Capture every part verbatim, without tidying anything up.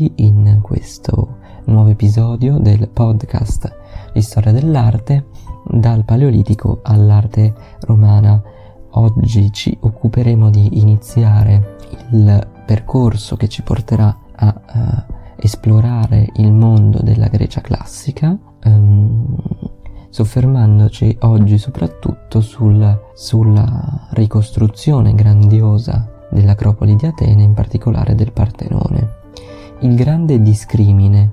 benvenuti in questo nuovo episodio del podcast di storia dell'arte dal Paleolitico all'arte romana. Oggi ci occuperemo di iniziare il percorso che ci porterà a uh, esplorare il mondo della Grecia classica, um, soffermandoci oggi soprattutto sul, sulla ricostruzione grandiosa dell'Acropoli di Atene, in particolare del Partenone. Il grande discrimine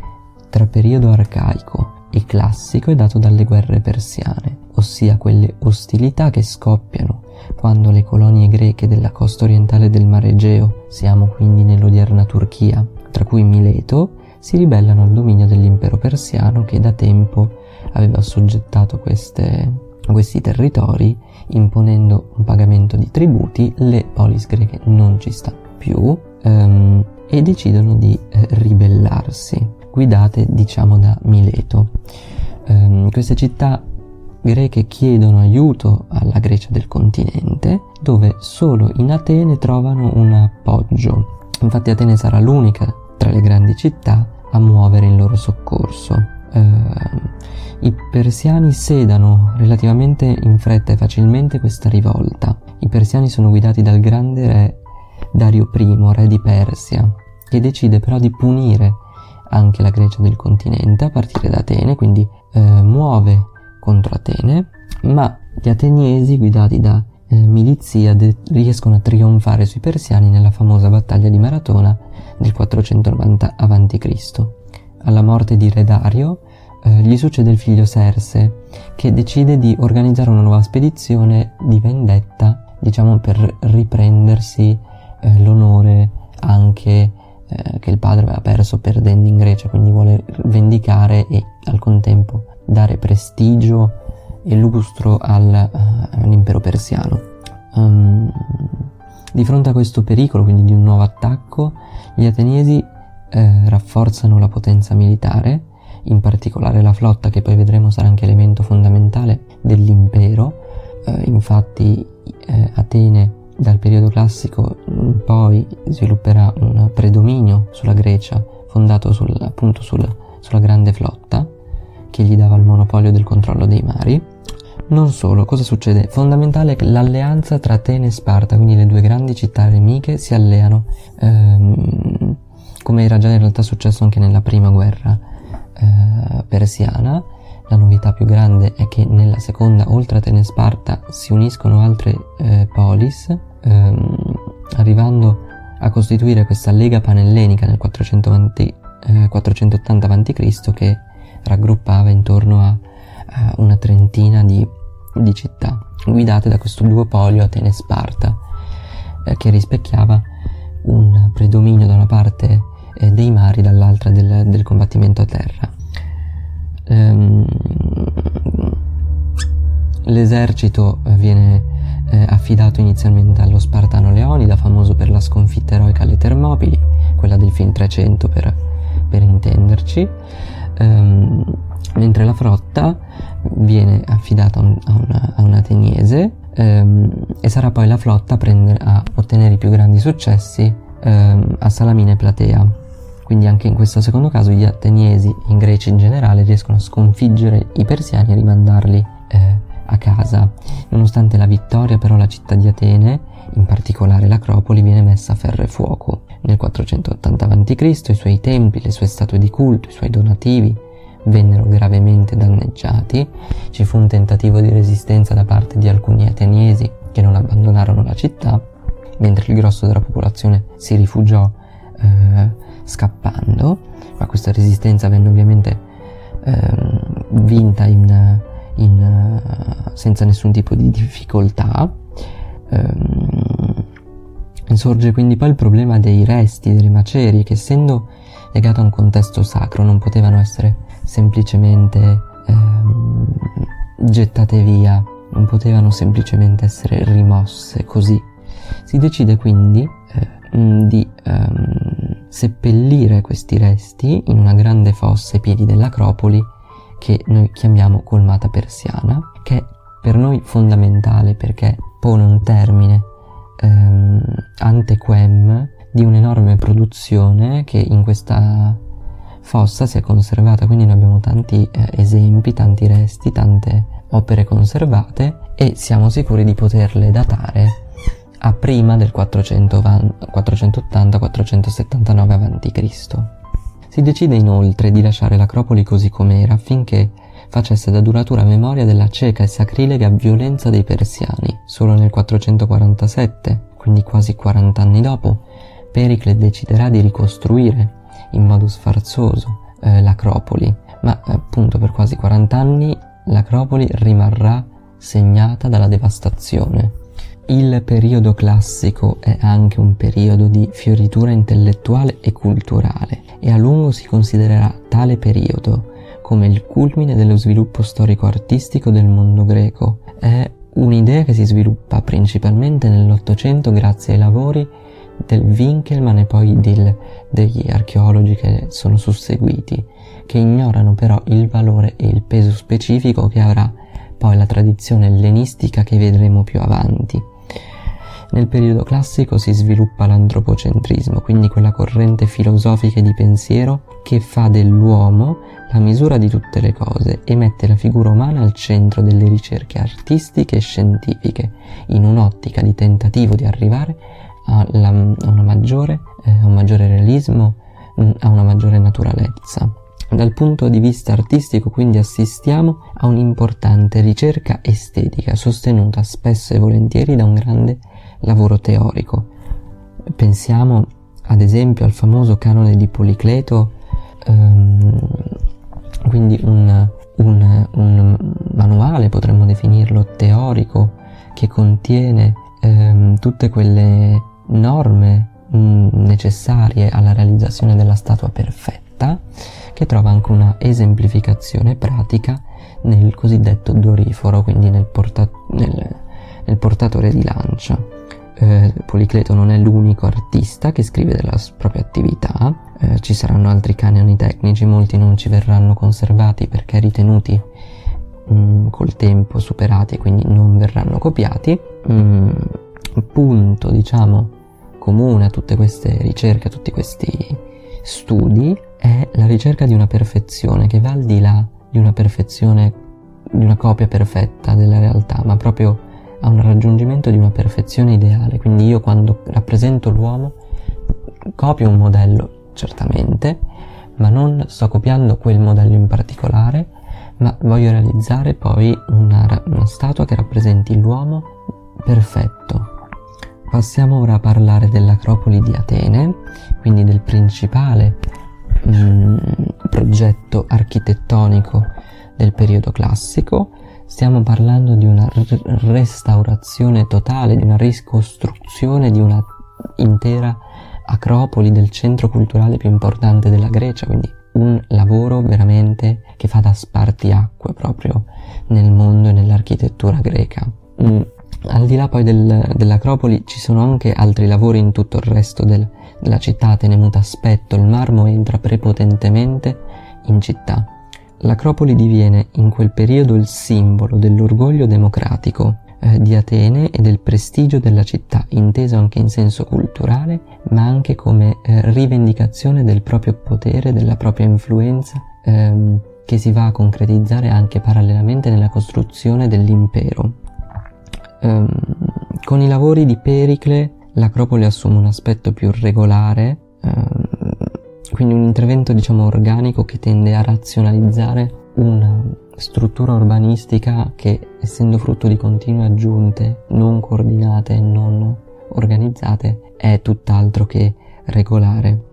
tra periodo arcaico e classico è dato dalle guerre persiane, ossia quelle ostilità che scoppiano quando le colonie greche della costa orientale del Mar Egeo, siamo quindi nell'odierna Turchia, tra cui Mileto, si ribellano al dominio dell'impero persiano che da tempo aveva assoggettato queste questi territori, imponendo un pagamento di tributi. Le polis greche non ci stanno più um, e decidono di eh, ribellarsi, guidate diciamo da Mileto. Um, queste città greche chiedono aiuto alla Grecia del continente, dove solo in Atene trovano un appoggio. Infatti Atene sarà l'unica tra le grandi città a muovere in loro soccorso. Uh, I persiani sedano relativamente in fretta e facilmente questa rivolta. I persiani sono guidati dal grande re Dario I, re di Persia, che decide però di punire anche la Grecia del continente a partire da Atene, quindi uh, muove contro Atene, ma gli ateniesi, guidati da uh, Miliziade, riescono a trionfare sui persiani nella famosa battaglia di Maratona del quattrocentonovanta avanti Cristo Alla morte di re Dario eh, gli succede il figlio Serse, che decide di organizzare una nuova spedizione di vendetta, diciamo per riprendersi eh, l'onore anche eh, che il padre aveva perso perdendo in Grecia, quindi vuole vendicare e al contempo dare prestigio e lustro al, uh, all'impero persiano. Um, di fronte a questo pericolo, quindi di un nuovo attacco, gli ateniesi Eh, rafforzano la potenza militare, in particolare la flotta, che poi vedremo sarà anche elemento fondamentale dell'impero. Eh, infatti eh, Atene dal periodo classico in poi svilupperà un predominio sulla Grecia fondato sul, appunto sul, sulla grande flotta, che gli dava il monopolio del controllo dei mari. Non solo, cosa succede? Fondamentale è l'alleanza tra Atene e Sparta, quindi le due grandi città nemiche si alleano, ehm, come era già in realtà successo anche nella prima guerra eh, persiana. La novità più grande è che nella seconda, oltre a Atene e Sparta, si uniscono altre eh, polis, ehm, arrivando a costituire questa lega panellenica nel quattrocentottanta avanti Cristo, che raggruppava intorno a, a una trentina di, di città, guidate da questo duopolio Atene e Sparta, eh, che rispecchiava un predominio da una parte eh, dei mari, dall'altra del, del combattimento a terra. Ehm, l'esercito viene eh, affidato inizialmente allo spartano Leonida, famoso per la sconfitta eroica alle Termopili, quella del film trecento per, per intenderci, ehm, mentre la flotta viene affidata a un, a un, a un ateniese. Um, e sarà poi la flotta a, prendere, a ottenere i più grandi successi um, a Salamina e Platea. Quindi anche in questo secondo caso gli ateniesi e i greci in generale riescono a sconfiggere i persiani e rimandarli eh, a casa. Nonostante la vittoria, però, la città di Atene, in particolare l'Acropoli, viene messa a ferro e fuoco. Nel quattrocentottanta avanti Cristo i suoi templi, le sue statue di culto, i suoi donativi vennero gravemente danneggiati. Ci fu un tentativo di resistenza da parte di alcuni ateniesi che non abbandonarono la città, mentre il grosso della popolazione si rifugiò eh, scappando, ma questa resistenza venne ovviamente eh, vinta in, in, uh, senza nessun tipo di difficoltà. Eh, sorge quindi poi il problema dei resti, delle macerie, che essendo legato a un contesto sacro non potevano essere semplicemente ehm, gettate via, non potevano semplicemente essere rimosse così. Si decide quindi eh, di ehm, seppellire questi resti in una grande fossa ai piedi dell'Acropoli, che noi chiamiamo colmata persiana, che è per noi fondamentale perché pone un termine ehm, ante quem di un'enorme produzione che in questa fossa si è conservata, quindi noi abbiamo tanti eh, esempi, tanti resti, tante opere conservate e siamo sicuri di poterle datare a prima del quattrocentottanta quattrocentosettantanove avanti Cristo Si decide inoltre di lasciare l'acropoli così com'era affinché facesse da duratura memoria della cieca e sacrilega violenza dei persiani. Solo nel quattrocentoquarantasette, quindi quasi quaranta anni dopo, Pericle deciderà di ricostruire in modo sfarzoso eh, l'acropoli, ma appunto per quasi quaranta anni l'acropoli rimarrà segnata dalla devastazione. Il periodo classico è anche un periodo di fioritura intellettuale e culturale e a lungo si considererà tale periodo come il culmine dello sviluppo storico-artistico del mondo greco. È un'idea che si sviluppa principalmente nell'Ottocento grazie ai lavori del Winckelmann e poi del, degli archeologi che sono susseguiti, che ignorano però il valore e il peso specifico che avrà poi la tradizione ellenistica che vedremo più avanti. Nel periodo classico si sviluppa l'antropocentrismo, quindi quella corrente filosofica e di pensiero che fa dell'uomo la misura di tutte le cose e mette la figura umana al centro delle ricerche artistiche e scientifiche, in un'ottica di tentativo di arrivare alla, a una maggiore, eh, a un maggiore realismo, a una maggiore naturalezza. Dal punto di vista artistico quindi assistiamo a un'importante ricerca estetica sostenuta spesso e volentieri da un grande lavoro teorico. Pensiamo ad esempio al famoso canone di Policleto, ehm, quindi un, un, un manuale, potremmo definirlo, teorico, che contiene ehm, tutte quelle norme mh, necessarie alla realizzazione della statua perfetta, che trova anche una esemplificazione pratica nel cosiddetto doriforo, quindi nel, porta- nel, nel portatore di lancia. Eh, Policleto non è l'unico artista che scrive della propria attività, eh, ci saranno altri canoni tecnici, molti non ci verranno conservati perché ritenuti mh, col tempo superati e quindi non verranno copiati. Un punto, diciamo, comune a tutte queste ricerche, a tutti questi studi, è la ricerca di una perfezione che va al di là di una perfezione, di una copia perfetta della realtà, ma proprio a un raggiungimento di una perfezione ideale. Quindi io, quando rappresento l'uomo, copio un modello certamente, ma non sto copiando quel modello in particolare, ma voglio realizzare poi una, una statua che rappresenti l'uomo perfetto. Passiamo ora a parlare dell'Acropoli di Atene, quindi del principale mh, progetto architettonico del periodo classico. Stiamo parlando di una r- restaurazione totale, di una ricostruzione di una intera acropoli, del centro culturale più importante della Grecia, quindi un lavoro veramente che fa da spartiacque proprio nel mondo e nell'architettura greca. Mm. Al di là poi del, dell'Acropoli ci sono anche altri lavori in tutto il resto del, della città. Atene muta aspetto, il marmo entra prepotentemente in città. L'Acropoli diviene in quel periodo il simbolo dell'orgoglio democratico eh, di Atene e del prestigio della città, inteso anche in senso culturale, ma anche come eh, rivendicazione del proprio potere, della propria influenza, ehm, che si va a concretizzare anche parallelamente nella costruzione dell'impero. Um, con i lavori di Pericle l'Acropoli assume un aspetto più regolare, um, quindi un intervento diciamo organico che tende a razionalizzare una struttura urbanistica che, essendo frutto di continue aggiunte non coordinate e non organizzate, è tutt'altro che regolare.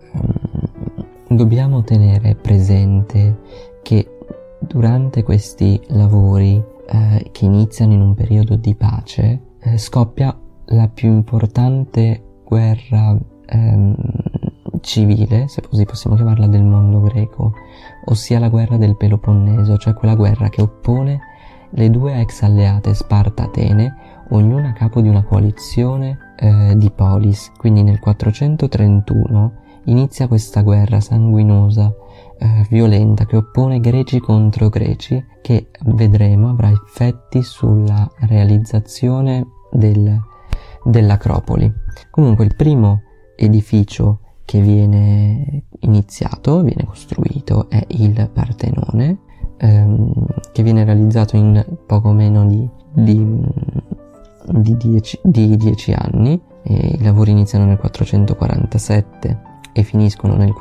Um, dobbiamo tenere presente che durante questi lavori Eh, che iniziano in un periodo di pace, eh, scoppia la più importante guerra ehm, civile, se così possiamo chiamarla, del mondo greco, ossia la guerra del Peloponneso, cioè quella guerra che oppone le due ex alleate Sparta-Atene, ognuna a capo di una coalizione eh, di polis. Quindi nel quattrocentotrentuno inizia questa guerra sanguinosa, Eh, violenta, che oppone greci contro greci, che vedremo avrà effetti sulla realizzazione del, dell'Acropoli. Comunque il primo edificio che viene iniziato, viene costruito, è il Partenone, ehm, che viene realizzato in poco meno di, di, di, dieci, di dieci anni. E i lavori iniziano nel quattrocentoquarantasette e finiscono nel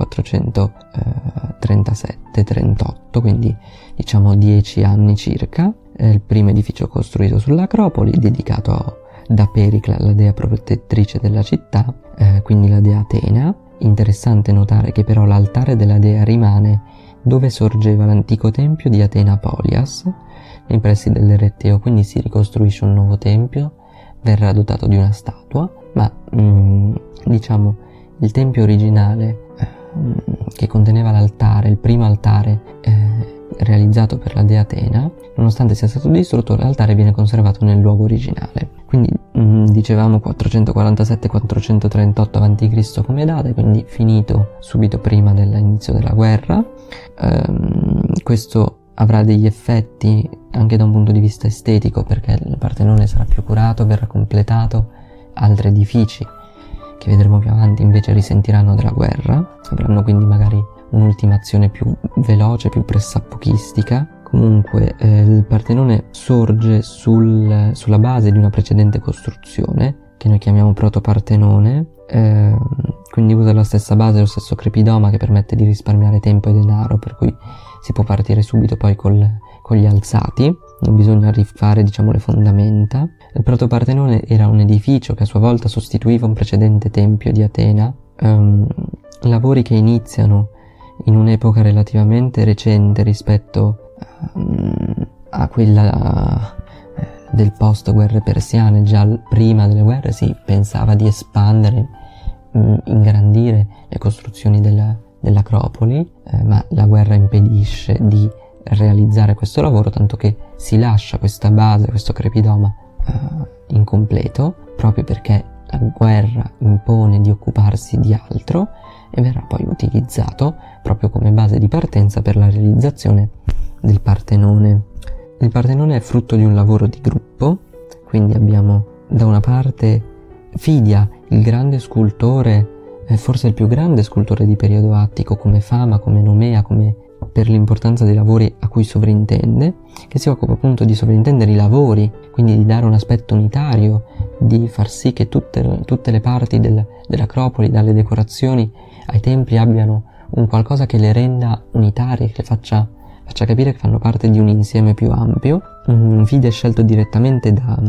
quattrocentotrentasette trentotto, quindi diciamo dieci anni circa. È il primo edificio costruito sull'Acropoli, dedicato da Pericla, la dea protettrice della città, eh, quindi la dea Atena. Interessante notare che però l'altare della dea rimane dove sorgeva l'antico tempio di Atena Polias, nei pressi dell'Eretteo, quindi si ricostruisce un nuovo tempio, verrà dotato di una statua, ma mh, diciamo il tempio originale eh, che conteneva l'altare, il primo altare eh, realizzato per la dea Atena, nonostante sia stato distrutto, l'altare viene conservato nel luogo originale. Quindi mh, dicevamo quattrocentoquarantasette quattrocentotrentotto avanti Cristo come date, quindi finito subito prima dell'inizio della guerra. Ehm, questo avrà degli effetti anche da un punto di vista estetico, perché il Partenone sarà più curato, verrà completato. Altri edifici che vedremo più avanti invece risentiranno della guerra, avranno quindi magari un'ultimazione più veloce, più pressappochistica. Comunque eh, il Partenone sorge sul, sulla base di una precedente costruzione che noi chiamiamo Protopartenone, eh, quindi usa la stessa base, lo stesso crepidoma, che permette di risparmiare tempo e denaro, per cui si può partire subito poi col, con gli alzati, non bisogna rifare diciamo le fondamenta. Il Protopartenone era un edificio che a sua volta sostituiva un precedente tempio di Atena, um, lavori che iniziano in un'epoca relativamente recente rispetto a quella del post guerre persiane. Già prima delle guerre si pensava di espandere, ingrandire le costruzioni della, dell'Acropoli, eh, ma la guerra impedisce di realizzare questo lavoro, tanto che si lascia questa base, questo crepidoma eh, incompleto, proprio perché la guerra impone di occuparsi di altro, e verrà poi utilizzato proprio come base di partenza per la realizzazione del Partenone. Il Partenone è frutto di un lavoro di gruppo, quindi abbiamo da una parte Fidia, il grande scultore, eh, forse il più grande scultore di periodo attico, come fama, come nomea, come per l'importanza dei lavori a cui sovrintende, che si occupa appunto di sovrintendere i lavori, quindi di dare un aspetto unitario, di far sì che tutte, tutte le parti del, dell'Acropoli, dalle decorazioni ai templi, abbiano un qualcosa che le renda unitarie, che le faccia, faccia capire che fanno parte di un insieme più ampio. Un Fidia è scelto direttamente da,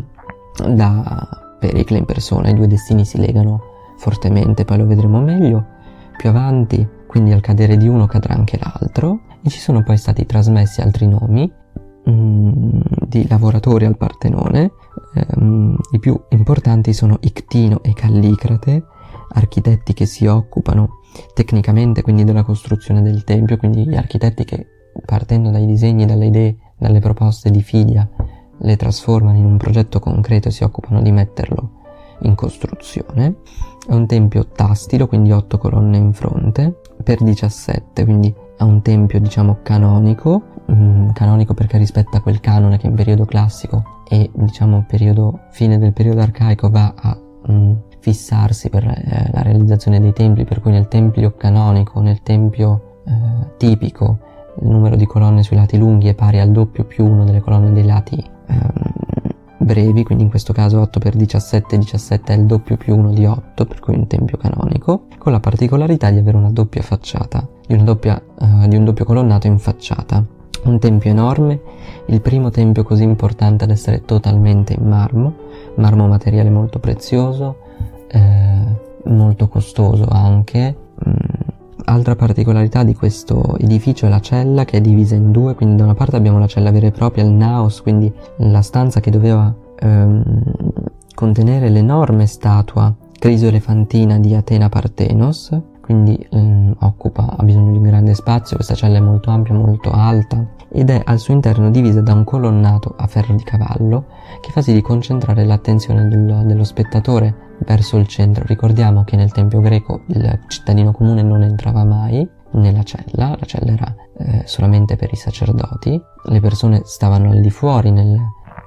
da Pericle in persona, i due destini si legano fortemente, poi lo vedremo meglio più avanti, quindi al cadere di uno cadrà anche l'altro, e ci sono poi stati trasmessi altri nomi mm, di lavoratori al Partenone. Um, i più importanti sono Ictino e Callicrate, architetti che si occupano tecnicamente quindi della costruzione del tempio, quindi gli architetti che partendo dai disegni, dalle idee, dalle proposte di Fidia le trasformano in un progetto concreto e si occupano di metterlo in costruzione. È un tempio ottastilo, quindi otto colonne in fronte, per diciassette, quindi è un tempio diciamo canonico, mm, canonico perché rispetta quel canone che in periodo classico e diciamo periodo fine del periodo arcaico va a mm, fissarsi per eh, la realizzazione dei templi, per cui nel tempio canonico, nel tempio eh, tipico, il numero di colonne sui lati lunghi è pari al doppio più uno delle colonne dei lati ehm, brevi, quindi in questo caso otto per diciassette, diciassette è il doppio più uno di otto, per cui un tempio canonico, con la particolarità di avere una doppia facciata, di, una doppia, uh, di un doppio colonnato in facciata. Un tempio enorme, il primo tempio così importante ad essere totalmente in marmo, marmo materiale molto prezioso, eh, molto costoso anche. Mm. Altra particolarità di questo edificio è la cella, che è divisa in due, quindi da una parte abbiamo la cella vera e propria, il naos, quindi la stanza che doveva ehm, contenere l'enorme statua crisoelefantina di Atena Partenos, quindi ehm, occupa, ha bisogno di un grande spazio. Questa cella è molto ampia, molto alta, ed è al suo interno divisa da un colonnato a ferro di cavallo che fa sì di concentrare l'attenzione del, dello spettatore verso il centro. Ricordiamo che nel tempio greco il cittadino comune non entrava mai nella cella, la cella era eh, solamente per i sacerdoti, le persone stavano al di fuori nel,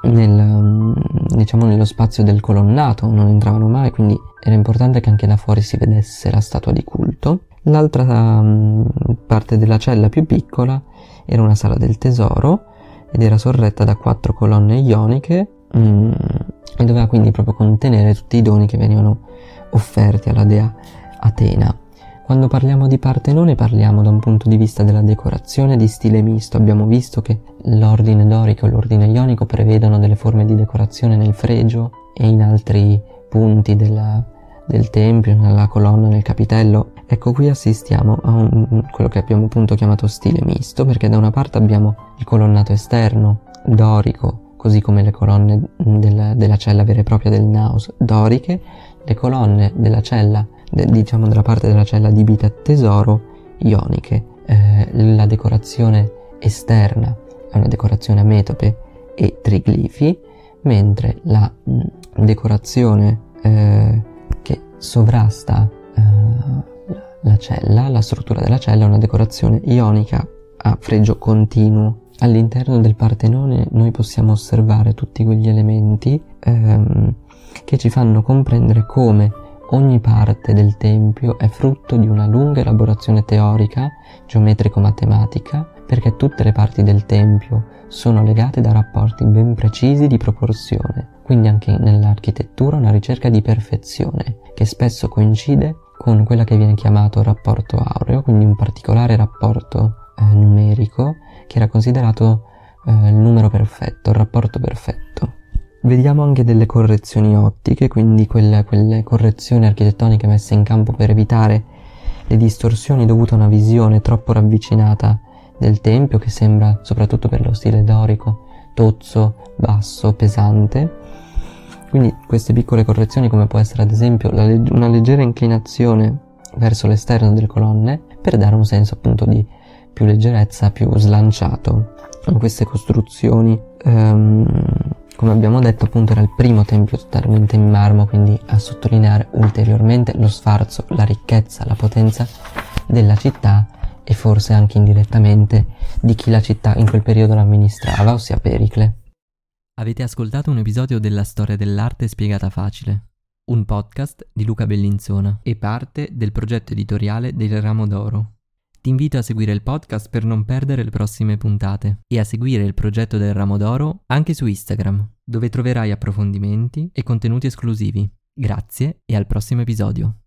nel, diciamo nello spazio del colonnato, non entravano mai, quindi era importante che anche da fuori si vedesse la statua di culto. L'altra um, parte della cella più piccola era una sala del tesoro ed era sorretta da quattro colonne ioniche um, e doveva quindi proprio contenere tutti i doni che venivano offerti alla dea Atena. Quando parliamo di Partenone parliamo da un punto di vista della decorazione di stile misto. Abbiamo visto che l'ordine dorico e l'ordine ionico prevedono delle forme di decorazione nel fregio e in altri punti della, del tempio, nella colonna, nel capitello. Ecco, qui assistiamo a un, quello che abbiamo appunto chiamato stile misto, perché da una parte abbiamo il colonnato esterno dorico, così come le colonne del, della cella vera e propria del naos doriche, le colonne della cella De, diciamo della parte della cella adibita a tesoro ioniche. Eh, la decorazione esterna è una decorazione a metope e triglifi, mentre la mh, decorazione eh, che sovrasta eh, la cella, la struttura della cella, è una decorazione ionica a fregio continuo. All'interno del Partenone noi possiamo osservare tutti quegli elementi ehm, che ci fanno comprendere come ogni parte del tempio è frutto di una lunga elaborazione teorica, geometrico-matematica, perché tutte le parti del tempio sono legate da rapporti ben precisi di proporzione, quindi anche nell'architettura una ricerca di perfezione, che spesso coincide con quella che viene chiamato rapporto aureo, quindi un particolare rapporto eh, numerico che era considerato eh, il numero perfetto, il rapporto perfetto. Vediamo anche delle correzioni ottiche, quindi quelle, quelle correzioni architettoniche messe in campo per evitare le distorsioni dovute a una visione troppo ravvicinata del tempio, che sembra, soprattutto per lo stile dorico, tozzo, basso, pesante. Quindi queste piccole correzioni, come può essere ad esempio la leg- una leggera inclinazione verso l'esterno delle colonne, per dare un senso appunto di più leggerezza, più slanciato a queste costruzioni. Um, Come abbiamo detto, appunto, era il primo tempio totalmente in marmo, quindi a sottolineare ulteriormente lo sfarzo, la ricchezza, la potenza della città e forse anche indirettamente di chi la città in quel periodo l'amministrava, ossia Pericle. Avete ascoltato un episodio della Storia dell'arte spiegata facile, un podcast di Luca Bellinzona e parte del progetto editoriale del Ramo d'Oro. Ti invito a seguire il podcast per non perdere le prossime puntate e a seguire il progetto del Ramo d'Oro anche su Instagram, dove troverai approfondimenti e contenuti esclusivi. Grazie e al prossimo episodio.